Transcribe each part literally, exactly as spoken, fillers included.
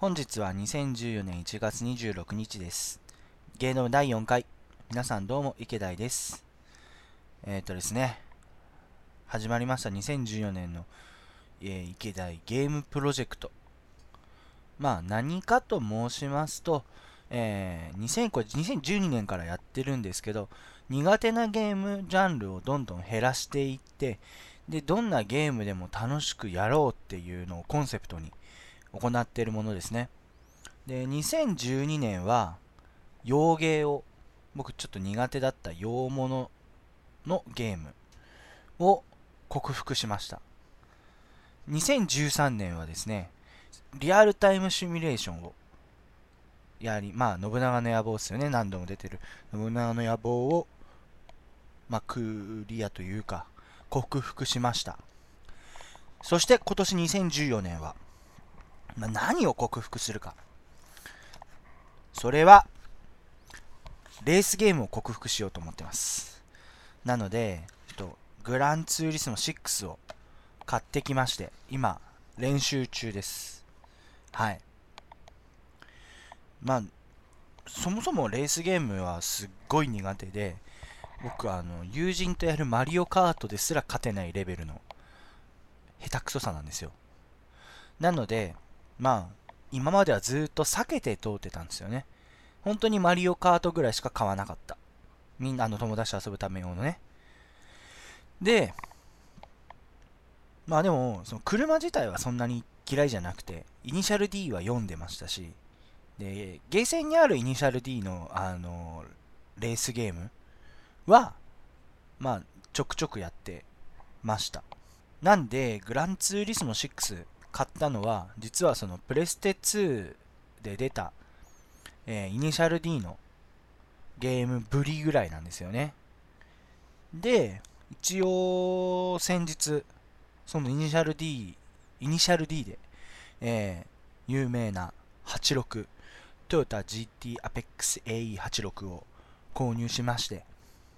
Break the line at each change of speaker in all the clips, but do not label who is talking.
本日はにせんじゅうよねんいちがつにじゅうろくにちです。芸能だいよんかい。皆さんどうも池田です。えっ、ー、とですね、始まりましたにせんじゅうよねんの、えー、池田ゲームプロジェクト。まあ何かと申しますと、えー、にせんこれにせんじゅうにねんからやってるんですけど、苦手なゲームジャンルをどんどん減らしていって、で、どんなゲームでも楽しくやろうっていうのをコンセプトに行っているものですね。で、にせんじゅうにねんは、洋ゲーを、僕ちょっと苦手だった洋物のゲームを克服しました。にせんじゅうさんねんはですね、リアルタイムシミュレーションをやり、まあ、信長の野望ですよね、何度も出てる。信長の野望を、まあ、クリアというか、克服しました。そして今年にせんじゅうよねんは、まあ、何を克服するか。それは、レースゲームを克服しようと思ってます。なので、ちょっとグランツーリスモシックスを買ってきまして、今、練習中です。はい。まあ、そもそもレースゲームはすっごい苦手で、僕あの、友人とやるマリオカートですら勝てないレベルの下手くそさなんですよ。なので、まあ、今まではずっと避けて通ってたんですよね。本当にマリオカートぐらいしか買わなかった。みんなあの友達と遊ぶため用のね。で、まあでも、その車自体はそんなに嫌いじゃなくて、イニシャル D は読んでましたし、で、ゲーセンにあるイニシャル D の、あの、レースゲームは、まあ、ちょくちょくやってました。なんで、グランツーリスモシックス買ったのは、実はそのプレステツーで出た、えーイニシャル D のゲームぶりぐらいなんですよね。で、一応、先日、そのイニシャル D、イニシャル D で、えー有名なはちじゅうろく、トヨタ ジーティー アペックス エーイーはちじゅうろく を購入しまして、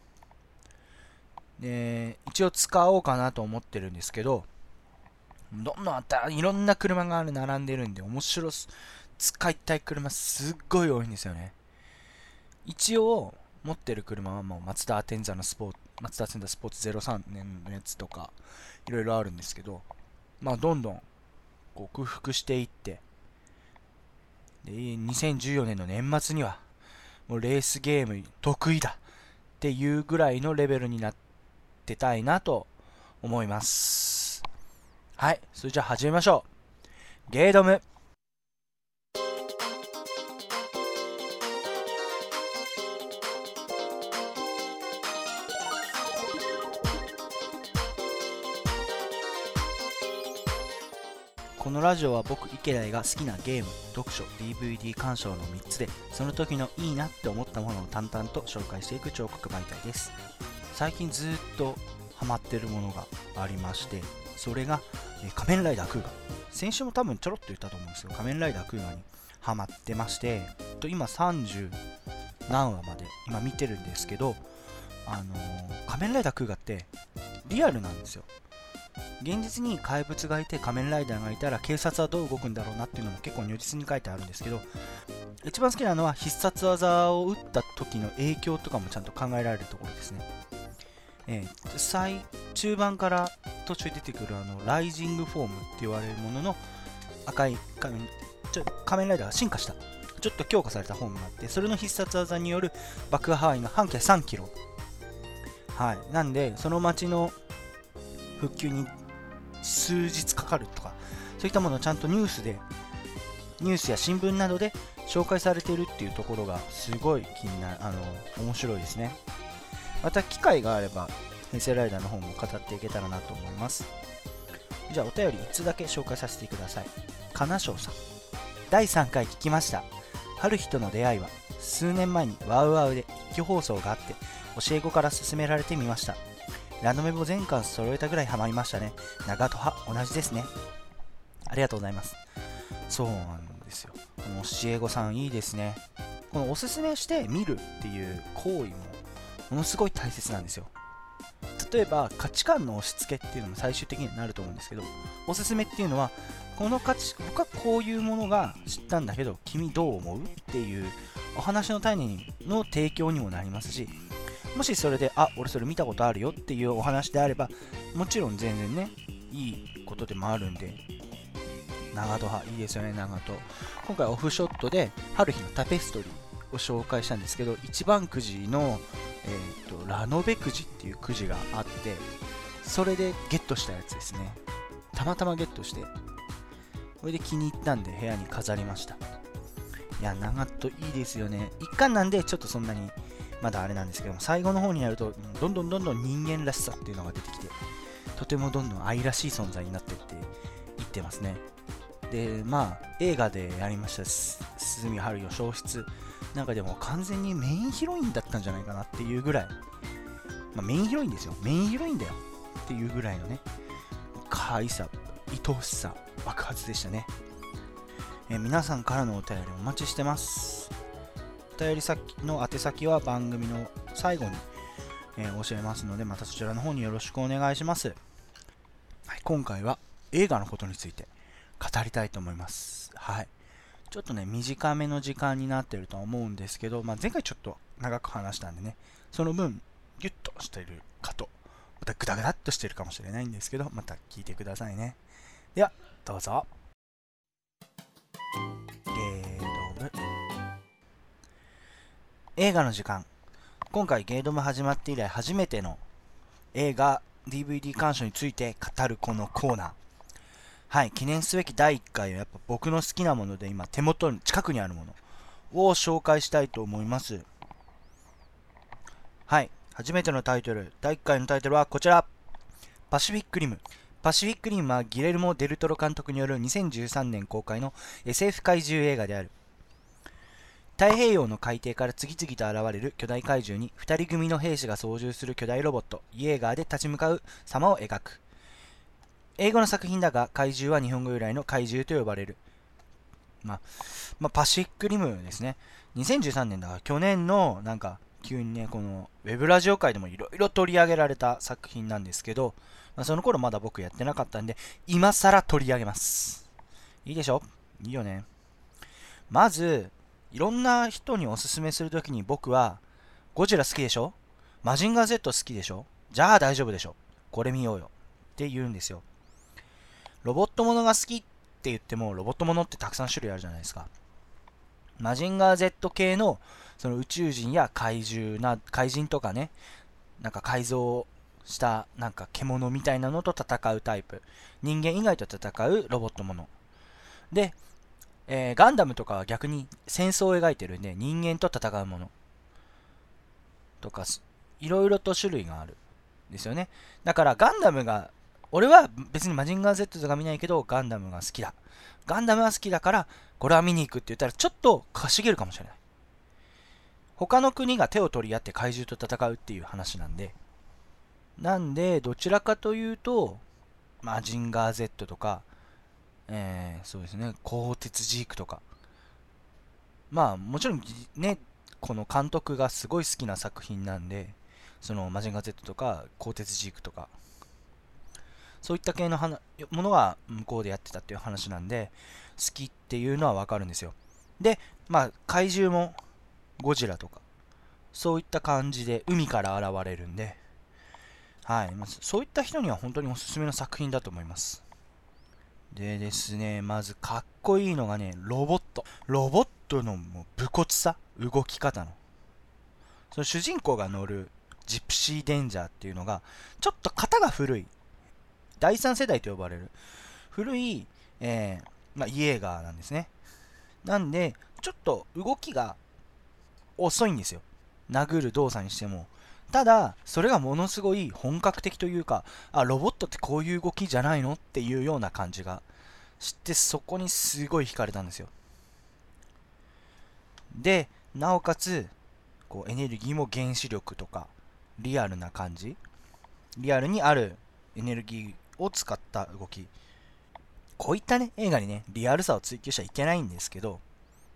で、一応使おうかなと思ってるんですけど、どんどんあったいろんな車が並んでるんで、面白す、使いたい車すっごい多いんですよね。一応、持ってる車はもうマツダアテンザのスポーツ、マツダアテンザスポーツゼロさんねんのやつとか、いろいろあるんですけど、まあ、どんどん克服していって、で、にせんじゅうよねんの年末には、もうレースゲーム得意だっていうぐらいのレベルになってたいなと思います。はい、それじゃあ始めましょう。ゲードム。このラジオは僕池田が好きなゲーム、読書、ディーブイディー 鑑賞のみっつで、その時のいいなって思ったものを淡々と紹介していく彫刻媒体です。最近ずっとハマってるものがありまして、それが、えー仮面ライダークーガ。先週も多分ちょろっと言ったと思うんですけど、仮面ライダークーガにハマってまして、と今さんじゅう何話まで今見てるんですけど、あのー仮面ライダークーガってリアルなんですよ。現実に怪物がいて仮面ライダーがいたら警察はどう動くんだろうなっていうのも結構如実に書いてあるんですけど、一番好きなのは必殺技を打った時の影響とかもちゃんと考えられるところですね。えー、最中盤から途中出てくるあのライジングフォームって言われるものの赤い仮面ちょ仮面ライダーが進化したちょっと強化されたフォームがあって、それの必殺技による爆破範囲が半径さんキロ、はい、なんでその街の復旧に数日かかるとか、そういったものをちゃんとニュースでニュースや新聞などで紹介されているっていうところがすごい気になる、あの面白いですね。また機会があれば平成ライダーの方も語っていけたらなと思います。じゃあお便りいっつだけ紹介させてください。かなしょうさん、だいさんかい聞きました。春日との出会いは数年前にワウワウで一挙放送があって、教え子から勧められてみました。ラノベも全巻揃えたぐらいハマりましたね。長戸派同じですね。ありがとうございます。そうなんですよ。この教え子さんいいですね。このおすすめして見るっていう行為もものすごい大切なんですよ。 例えば価値観の押し付けっていうのも最終的にはなると思うんですけど、おすすめっていうのはこの価値僕はこういうものが知ったんだけど君どう思うっていうお話の種の提供にもなりますし、もしそれであ俺それ見たことあるよっていうお話であればもちろん全然ねいいことでもあるんで、長戸派いいですよね。長戸今回オフショットで春日のタペストリーを紹介したんですけど、一番くじの、えー、とラノベくじっていうくじがあって、それでゲットしたやつですね。たまたまゲットしてこれで気に入ったんで部屋に飾りました。いや長戸いいですよね。一巻なんでちょっとそんなにまだあれなんですけども、最後の方になるとどんどんどんどん人間らしさっていうのが出てきて、とてもどんどん愛らしい存在になっていっていってますね。でまあ映画でやりました鈴見春よ消失なんかでも完全にメインヒロインだったんじゃないかなっていうぐらい、まあ、メインヒロインですよ。メインヒロインだよっていうぐらいのね可愛さ愛おしさ爆発でしたね。え皆さんからのお便りお待ちしてます。お便り先の宛先は番組の最後に、えー、教えますので、またそちらの方によろしくお願いします。はい、今回は映画のことについて語りたいと思います。はい。ちょっとね、短めの時間になってると思うんですけど、まあ、前回ちょっと長く話したんでね、その分、ギュッとしているかと、またグダグダっとしているかもしれないんですけど、また聞いてくださいね。では、どうぞ。ゲードム。映画の時間。今回ゲードム始まって以来初めての映画 ディーブイディー 鑑賞について語るこのコーナー。はい、記念すべきだいいっかいはやっぱ僕の好きなもので今手元に近くにあるものを紹介したいと思います。はい、初めてのタイトル、だいいっかいのタイトルはこちら。パシフィックリム。パシフィックリムはギレルモ・デルトロ監督によるにせんじゅうさんねん公開の エスエフ 怪獣映画である。太平洋の海底から次々と現れる巨大怪獣にふたり組の兵士が操縦する巨大ロボットイエーガーで立ち向かう様を描く。英語の作品だが怪獣は日本語由来の怪獣と呼ばれる。まあ、まあ、パシフィックリムですね。にせんじゅうさんねんだから去年のなんか急にねこのウェブラジオ界でもいろいろ取り上げられた作品なんですけど、まあ、その頃まだ僕やってなかったんで今更取り上げます。いいでしょ？いいよね。まずいろんな人におすすめするときに僕はゴジラ好きでしょ？マジンガー Z 好きでしょ？じゃあ大丈夫でしょ？これ見ようよって言うんですよ。ロボットものが好きって言ってもロボットものってたくさん種類あるじゃないですか。マジンガー Z 系のその宇宙人や怪獣な怪人とかね、なんか改造したなんか獣みたいなのと戦うタイプ、人間以外と戦うロボットもので、えー、ガンダムとかは逆に戦争を描いてるんで人間と戦うものとかいろいろと種類があるんですよね。だからガンダムが俺は別にマジンガー Z とか見ないけどガンダムが好きだ、ガンダムは好きだからこれは見に行くって言ったらちょっとかしげるかもしれない。他の国が手を取り合って怪獣と戦うっていう話なんで、なんでどちらかというとマジンガー Z とか、えー、そうですね、鋼鉄ジークとか、まあもちろんねこの監督がすごい好きな作品なんで、そのマジンガー Z とか鋼鉄ジークとかそういった系のものは向こうでやってたっていう話なんで好きっていうのはわかるんですよ。でまあ怪獣もゴジラとかそういった感じで海から現れるんで、はい、まずそういった人には本当におすすめの作品だと思います。でですね、まずかっこいいのがねロボットロボットのもう武骨さ、動き方のその主人公が乗るジプシーデンジャーっていうのがちょっと型が古いだいさん世代と呼ばれる古い、えーまあ、イエーガーなんですね。なんでちょっと動きが遅いんですよ、殴る動作にしても。ただそれがものすごい本格的というか、あロボットってこういう動きじゃないのっていうような感じがして、そこにすごい惹かれたんですよ。でなおかつこうエネルギーも原子力とかリアルな感じ、リアルにあるエネルギーを使った動き、こういったね映画にねリアルさを追求しちゃいけないんですけど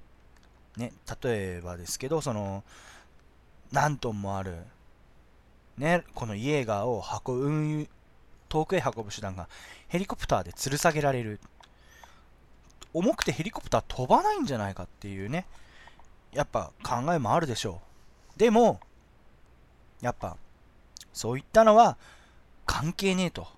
ね、例えばですけどその何トンもあるね、このイエーガーを運ぶ遠くへ運ぶ手段がヘリコプターで吊る下げられる。重くてヘリコプター飛ばないんじゃないかっていうね、やっぱ考えもあるでしょう。でもやっぱそういったのは関係ねえと。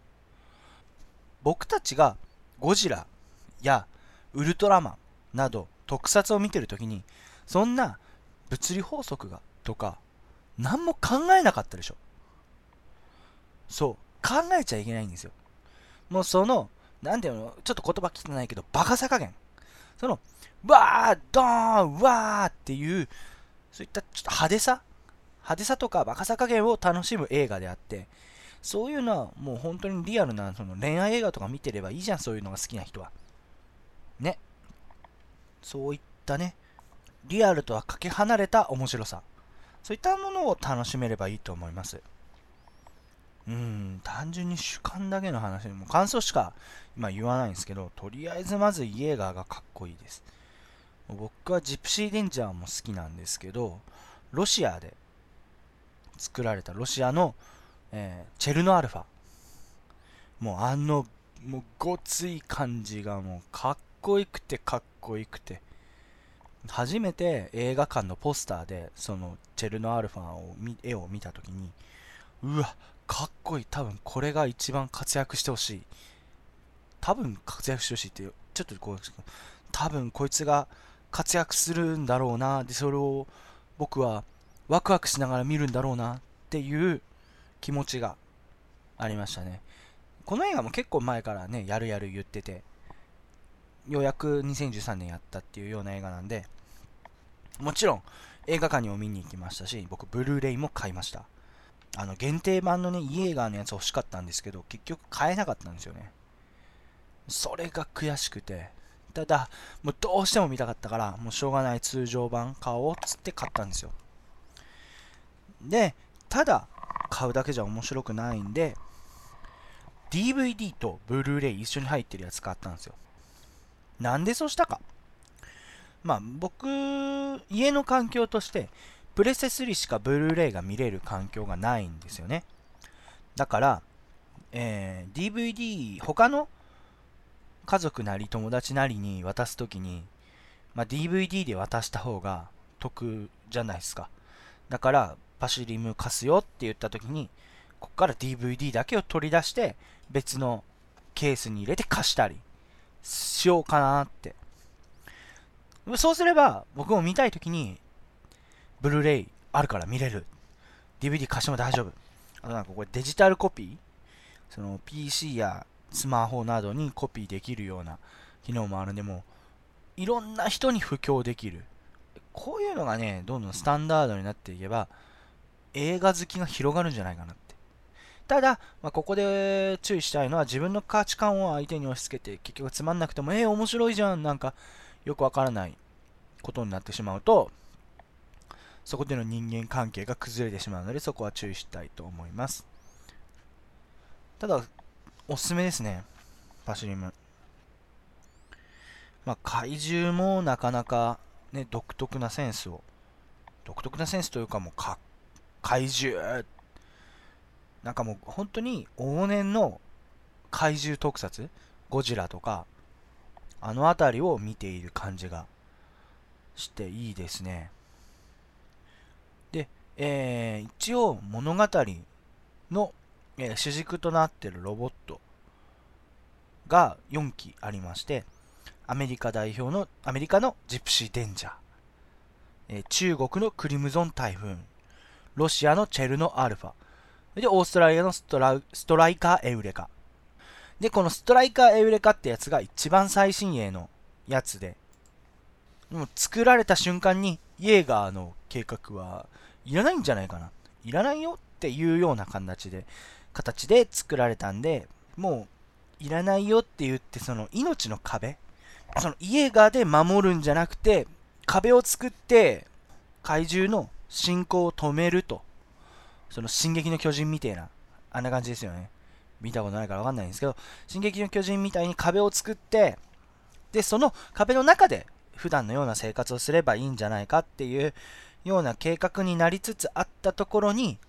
僕たちがゴジラやウルトラマンなど特撮を見てるときに、そんな物理法則がとか何も考えなかったでしょ。そう考えちゃいけないんですよ。もうそのなんていうの、ちょっと言葉汚いけどバカさ加減、そのわードーンわーっていうそういったちょっと派手さ派手さとかバカさ加減を楽しむ映画であって、そういうのはもう本当にリアルなその恋愛映画とか見てればいいじゃん、そういうのが好きな人はね。そういったね、リアルとはかけ離れた面白さ、そういったものを楽しめればいいと思います。うーん、単純に主観だけの話でも感想しか今言わないんですけど、とりあえずまずイエーガーがかっこいいです。僕はジプシーデンジャーも好きなんですけど、ロシアで作られたロシアの、えーチェルノアルファ、もうあのもうごつい感じがもうかっこよくてかっこよくて、初めて映画館のポスターでそのチェルノアルファを絵を見た時に、うわかっこいい、多分これが一番活躍してほしい、多分活躍してほしいってちょっとこう、多分こいつが活躍するんだろうな、でそれを僕はワクワクしながら見るんだろうなっていう気持ちがありましたね。この映画も結構前からね、やるやる言ってて、ようやくにせんじゅうさんねんやったっていうような映画なんで、もちろん映画館にも見に行きましたし、僕ブルーレイも買いました。あの限定版のねイエーガーのやつ欲しかったんですけど、結局買えなかったんですよね。それが悔しくて、ただもうどうしても見たかったから、もうしょうがない通常版買おうっつって買ったんですよ。でただ買うだけじゃ面白くないんで、 ディーブイディー とブルーレイ一緒に入ってるやつ買ったんですよ。なんでそうしたか。まあ僕、家の環境としてプレステスリーしかブルーレイが見れる環境がないんですよね。だから、えー ディーブイディー 他の家族なり友達なりに渡すときに、まあ、ディーブイディー で渡した方が得じゃないですか。だからパシリム貸すよって言ったときに、ここから ディーブイディー だけを取り出して別のケースに入れて貸したりしようかなって。そうすれば僕も見たいときにブルーレイあるから見れる、 ディーブイディー 貸しても大丈夫。あとなんかこれデジタルコピー、その ピーシー やスマホなどにコピーできるような機能もあるんで、もういろんな人に布教できる。こういうのがね、どんどんスタンダードになっていけば映画好きが広がるんじゃないかなって。ただ、まあ、ここで注意したいのは、自分の価値観を相手に押し付けて結局つまんなくてもえー、面白いじゃん、なんかよくわからないことになってしまうと、そこでの人間関係が崩れてしまうので、そこは注意したいと思います。ただおすすめですね、パシリム。まあ、怪獣もなかなかね、独特なセンスを、独特なセンスというか、もうか怪獣、なんかもう本当に往年の怪獣特撮、ゴジラとかあの辺りを見ている感じがしていいですね。で、えー一応物語の、えー主軸となっているロボットがよんきありまして、アメリカ代表のアメリカのジプシーデンジャー、えー中国のクリムゾン台風、ロシアのチェルノアルファで、オーストラリアのストラストライカーエウレカで、このストライカーエウレカってやつが一番最新鋭のやつで、もう作られた瞬間にイエーガーの計画はいらないんじゃないかな、いらないよっていうような形で形で作られたんで、もういらないよって言って、その命の壁、そのイエーガーで守るんじゃなくて、壁を作って怪獣の進行を止めると、その進撃の巨人みたいな、あんな感じですよね。見たことないから分かんないんですけど、進撃の巨人みたいに壁を作って、でその壁の中で普段のような生活をすればいいんじゃないかっていうような計画になりつつあったところに、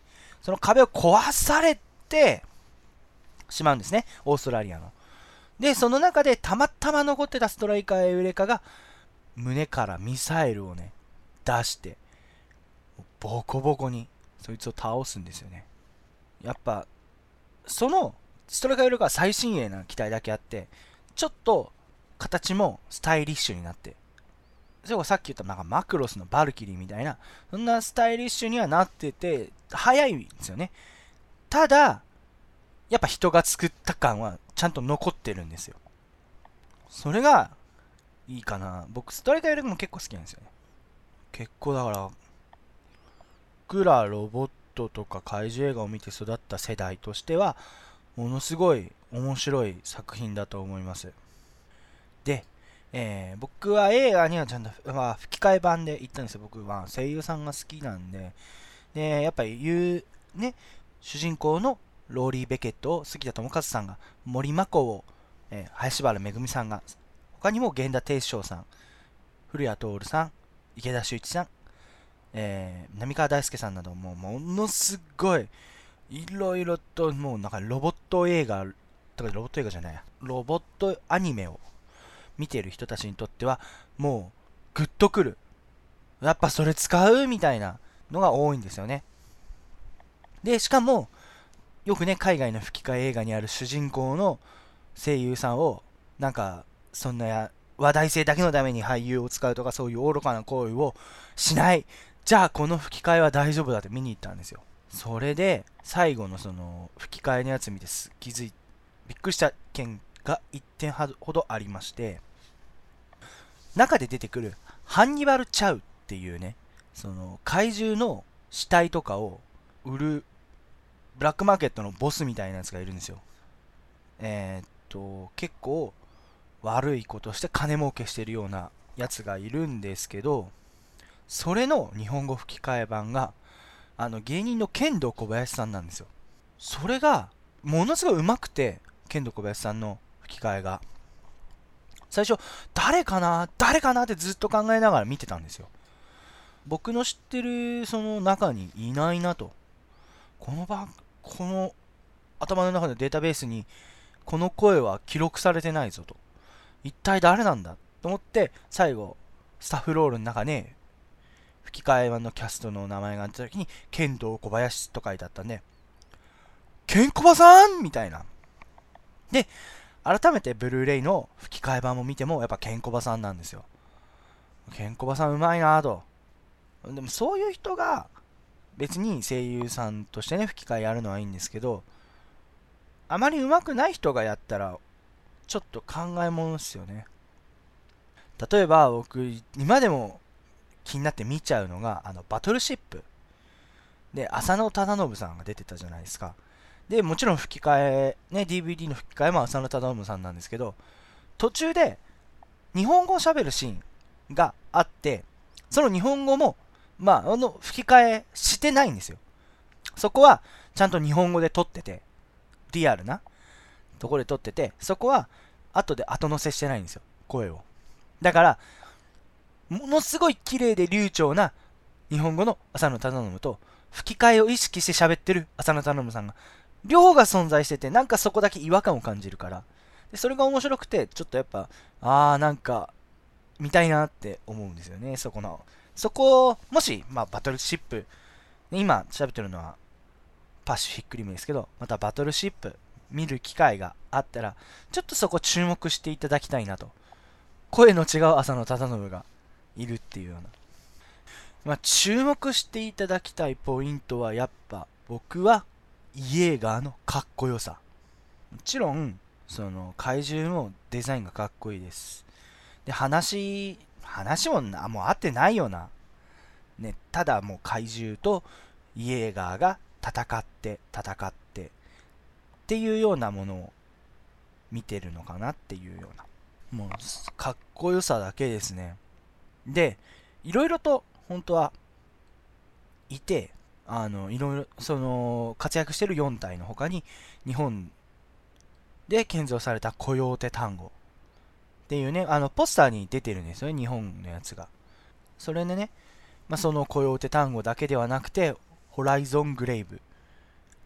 その壁を壊されてしまうんですね、オーストラリアの。で、その中でたまたま残ってたストライカーエウレカが胸からミサイルをね出してボコボコにそいつを倒すんですよね。やっぱそのストライカーエウレカは最新鋭な機体だけあって、ちょっと形もスタイリッシュになって、それこそさっき言ったなんかマクロスのバルキリーみたいなそんなスタイリッシュにはなってて速いんですよね。ただやっぱ人が作った感はちゃんと残ってるんですよ。それがいいかな。僕ストライカーよりも結構好きなんですよね。結構だから僕らロボットとか怪獣映画を見て育った世代としてはものすごい面白い作品だと思います。で、えー、僕は映画にはちゃんと、まあ、吹き替え版で行ったんですよ。僕は声優さんが好きなんで。で、やっぱり言うね、主人公のローリー・ベケットを杉田智和さんが、森真子を、えー、林原めぐみさんが、他にも源田鉄章さん、古谷徹さん、池田秀一さん、えー、浪川大輔さんなど、もうものすごい、いろいろと、もうなんかロボット映画、とかロボット映画じゃないや、ロボットアニメを見てる人たちにとっては、もう、グッとくる。やっぱそれ使うみたいなのが多いんですよね。で、しかも、よくね、海外の吹き替え映画にある主人公の声優さんを、なんか、そんなや話題性だけのために俳優を使うとか、そういう愚かな行為をしない。じゃあ、この吹き替えは大丈夫だって見に行ったんですよ。それで、最後のその、吹き替えのやつ見て気づい、びっくりした件がいってんほどありまして、中で出てくるハンニバル・チャウっていうね、その怪獣の死体とかを売るブラックマーケットのボスみたいなやつがいるんですよ。えー、っと結構悪いことして金儲けしてるようなやつがいるんですけど、それの日本語吹き替え版があの芸人の剣道小林さんなんですよ。それがものすごい上手くて、剣道小林さんの吹き替えが最初誰かな誰かなってずっと考えながら見てたんですよ。僕の知ってるその中にいないなと。この場この頭の中のデータベースにこの声は記録されてないぞと。一体誰なんだと思って最後スタッフロールの中に吹き替え版のキャストの名前が出た時に剣道小林と書いてあったんで、ケンコバさんみたいな。で、改めてブルーレイの吹き替え版も見てもやっぱケンコバさんなんですよ。ケンコバさんうまいなぁと。でもそういう人が別に声優さんとしてね吹き替えやるのはいいんですけど、あまり上手くない人がやったらちょっと考えものですよね。例えば僕今でも気になって見ちゃうのがあのバトルシップで浅野忠信さんが出てたじゃないですか。でもちろん吹き替えね ディーブイディー の吹き替えも浅野忠信さんなんですけど、途中で日本語を喋るシーンがあって、その日本語もまああの吹き替えしてないんですよ。そこはちゃんと日本語で撮ってて、リアルなところで撮ってて、そこは後で後乗せしてないんですよ、声を。だからものすごい綺麗で流暢な日本語の浅野忠信と吹き替えを意識して喋ってる浅野忠信さんが両方が存在してて、なんかそこだけ違和感を感じるから、でそれが面白くてちょっとやっぱあーなんか見たいなって思うんですよね。そこのそこをもし、まあ、バトルシップ今喋ってるのはパシフィックリムですけど、またバトルシップ見る機会があったらちょっとそこ注目していただきたいなと。声の違う浅野忠信がいるっていうような、まあ、注目していただきたいポイントはやっぱ僕はイエーガーのかっこよさ。もちろんその怪獣のデザインがかっこいいです。で話話もなもう合ってないよな、ね、ただもう怪獣とイエーガーが戦って戦ってっていうようなものを見てるのかなっていうような、もうかっこよさだけですね。でいろいろと本当はいて、あのいろいろその活躍してるよん体の他に日本で建造されたコヨーテ単語っていうね、あのポスターに出てるんですよね、日本のやつが。それでね、まあ、そのコヨーテ単語だけではなくてホライゾングレイブ、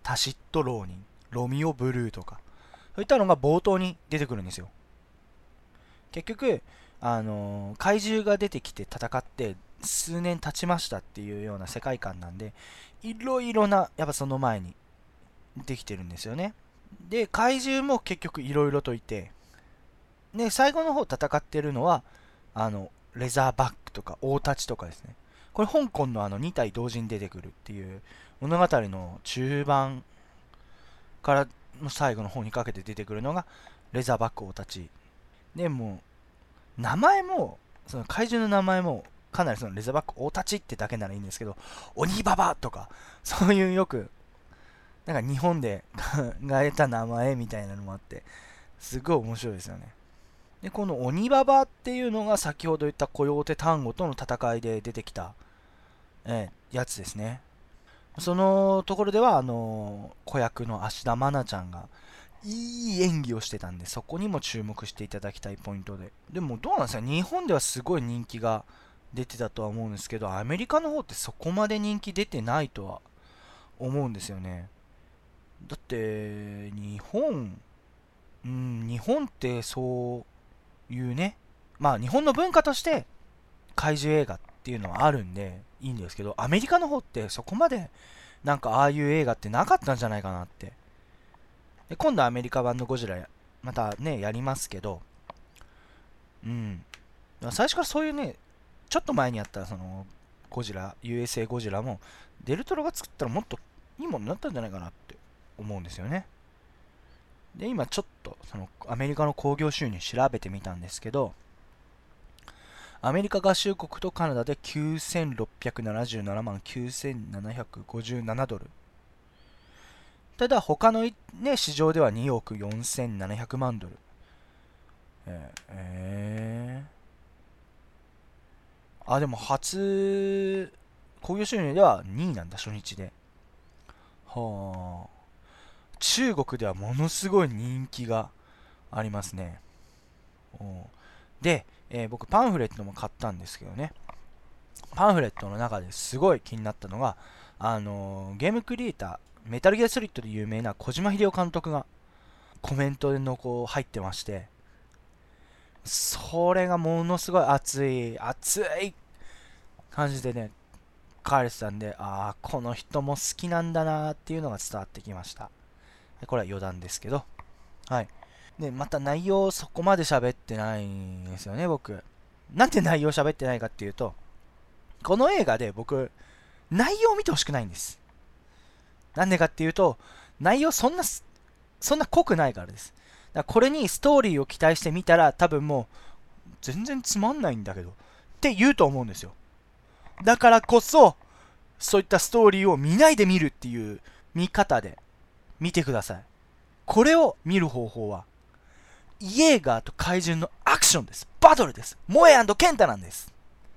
タシット浪人、ロミオブルーとか、そういったのが冒頭に出てくるんですよ。結局、あのー怪獣が出てきて戦って数年経ちましたっていうような世界観なんで、いろいろな、やっぱその前にできてるんですよね。で、怪獣も結局いろいろといて、で、最後の方戦ってるのは、あの、レザーバックとか大立ちとかですね。これ香港のあのに体同時に出てくるっていう物語の中盤からの最後の方にかけて出てくるのがレザーバック大立ち。で、もう、名前も、その怪獣の名前も、かなりそのレザーバック大立ちってだけならいいんですけど、鬼ババとか、そういうよく、なんか日本で考えた名前みたいなのもあって、すごい面白いですよね。で、この鬼ババっていうのが先ほど言ったコヨーテタンゴとの戦いで出てきた、えー、やつですね。そのところでは、あのー子役の芦田愛菜ちゃんがいい演技をしてたんで、そこにも注目していただきたいポイントで。でもどうなんですか、日本ではすごい人気が出てたとは思うんですけど、アメリカの方ってそこまで人気出てないとは思うんですよね。だって、日本、うん、日本ってそういうね、まあ日本の文化として怪獣映画っていうのはあるんでいいんですけど、アメリカの方ってそこまでなんかああいう映画ってなかったんじゃないかなって。で、今度アメリカ版のゴジラまたねやりますけど、うん、最初からそういうね、ちょっと前にやったそのゴジラ ユーエスエー ゴジラもデルトロが作ったらもっといいものになったんじゃないかなって思うんですよね。で、今ちょっとそのアメリカの興行収入調べてみたんですけど、アメリカ合衆国とカナダできゅうせんろっぴゃくななじゅうななまんきゅうせんななひゃくごじゅうななドル。ただ他の、ね、市場ではにおくよんせんななひゃくまんドル。えー、えー、あ、でも初、興行収入ではにいなんだ、初日で。はあ。中国ではものすごい人気がありますね。で、えー僕パンフレットも買ったんですけどね、パンフレットの中ですごい気になったのが、あのーゲームクリエイター、メタルギアソリッドで有名な小島秀夫監督がコメントのこう入ってまして、それがものすごい熱い熱い感じでね書かれてたんで、ああこの人も好きなんだなーっていうのが伝わってきました。これは余談ですけど、はい。で、また内容そこまで喋ってないんですよね、僕。なんで内容喋ってないかっていうと、この映画で僕、内容を見てほしくないんです。なんでかっていうと、内容そんな、そんな濃くないからです。だからこれにストーリーを期待してみたら、多分もう、全然つまんないんだけど、って言うと思うんですよ。だからこそ、そういったストーリーを見ないで見るっていう見方で見てください。これを見る方法は、イエーガーと怪獣のアクションです。バトルです。モエ&ケンタなんです。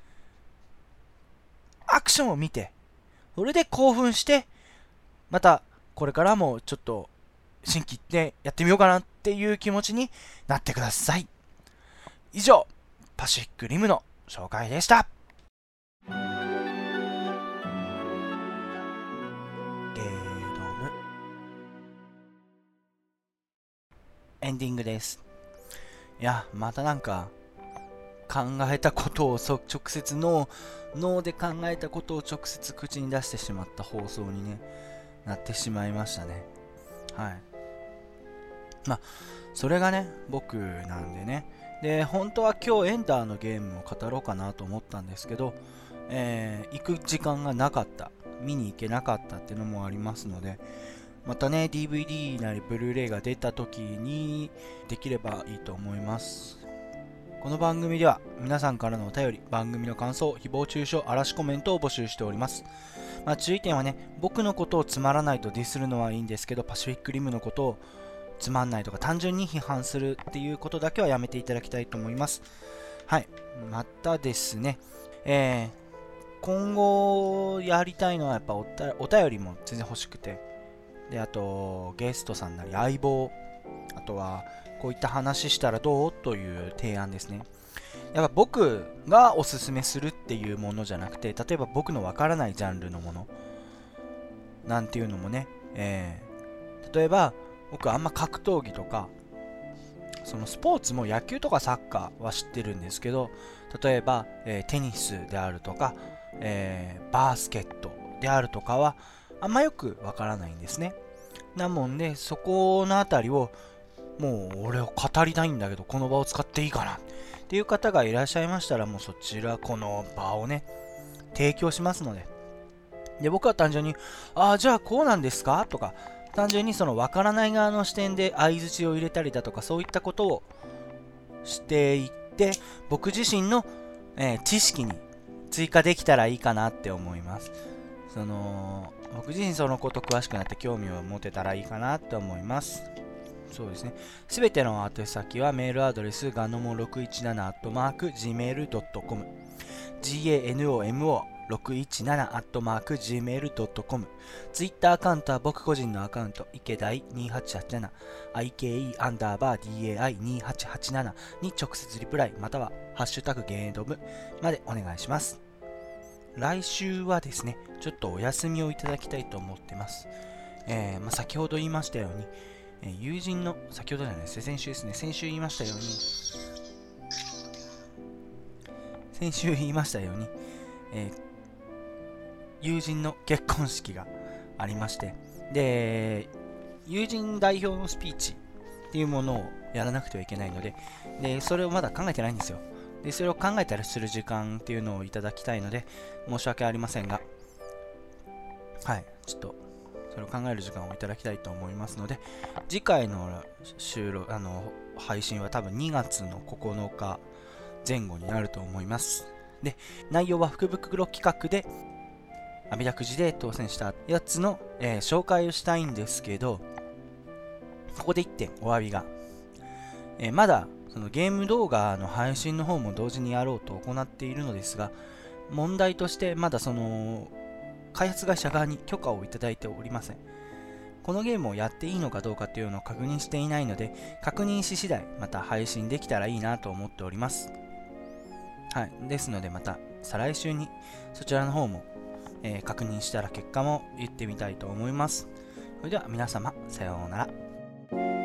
アクションを見て、それで興奮して、またこれからもちょっと心機一転やってみようかなっていう気持ちになってください。以上、パシフィックリムの紹介でした。ゲードムエンディングです。いや、またなんか考えたことをそ直接脳脳で考えたことを直接口に出してしまった放送に、ね、なってしまいましたね。はい。まあそれがね僕なんでね。で、本当は今日エンターのゲームを語ろうかなと思ったんですけど、えー、行く時間がなかった、見に行けなかったっていうのもありますので、またね ディーブイディー なりブルーレイが出た時にできればいいと思います。この番組では皆さんからのお便り、番組の感想、誹謗中傷、嵐コメントを募集しております。まあ、注意点はね、僕のことをつまらないとディスるのはいいんですけど、パシフィックリムのことをつまんないとか単純に批判するっていうことだけはやめていただきたいと思います。はい。またですね、えー、今後やりたいのはやっぱおたお便りも全然欲しくて、で、あとゲストさんなり相棒、あとはこういった話したらどうという提案ですね。やっぱ僕がおすすめするっていうものじゃなくて、例えば僕のわからないジャンルのものなんていうのもね、 えー、例えば僕あんま格闘技とかそのスポーツも野球とかサッカーは知ってるんですけど、例えば、えー、テニスであるとか、えー、バスケットであるとかはあんまよくわからないんですね。なもんでそこのあたりをもう俺を語りたいんだけどこの場を使っていいかなっていう方がいらっしゃいましたら、もうそちらこの場をね提供しますので、で僕は単純にああじゃあこうなんですかとか、単純にその分からない側の視点で相槌を入れたりだとか、そういったことをしていって、僕自身の、えー知識に追加できたらいいかなって思います。その僕自身そのこと詳しくなって興味を持てたらいいかなって思います。そうですね。すべての宛先はメールアドレスガノモろくいちななアットマークジーメールドットコム ジーエーエヌオーエムオーろくいちななアットマークジーメールドットコム ツイッターアカウントは僕個人のアカウント池大にーはちはちなな アイケーイー アンダーバー ディーエーアイにーはちはちなな に直接リプライまたはハッシュタグゲードムまでお願いします。来週はですねちょっとお休みをいただきたいと思ってます。えーまあ、先ほど言いましたように、えー友人の先ほどじゃないですね先週ですね先週言いましたように先週言いましたように、えー友人の結婚式がありまして、で友人代表のスピーチっていうものをやらなくてはいけないので、でそれをまだ考えてないんですよ。でそれを考えたりする時間っていうのをいただきたいので申し訳ありませんが、はいちょっとそれを考える時間をいただきたいと思いますので、次回の収録あの配信は多分にがつのここのか前後になると思います。で内容は福袋企画であみだくじで当選したやつの、えー紹介をしたいんですけど、ここでいってんお詫びが、えーまだそのゲーム動画の配信の方も同時にやろうと行っているのですが、問題としてまだその開発会社側に許可をいただいておりません。このゲームをやっていいのかどうかっていうのを確認していないので、確認し次第また配信できたらいいなと思っております。はい、ですのでまた再来週にそちらの方もえー確認したら結果も言ってみたいと思います。それでは皆様さようなら。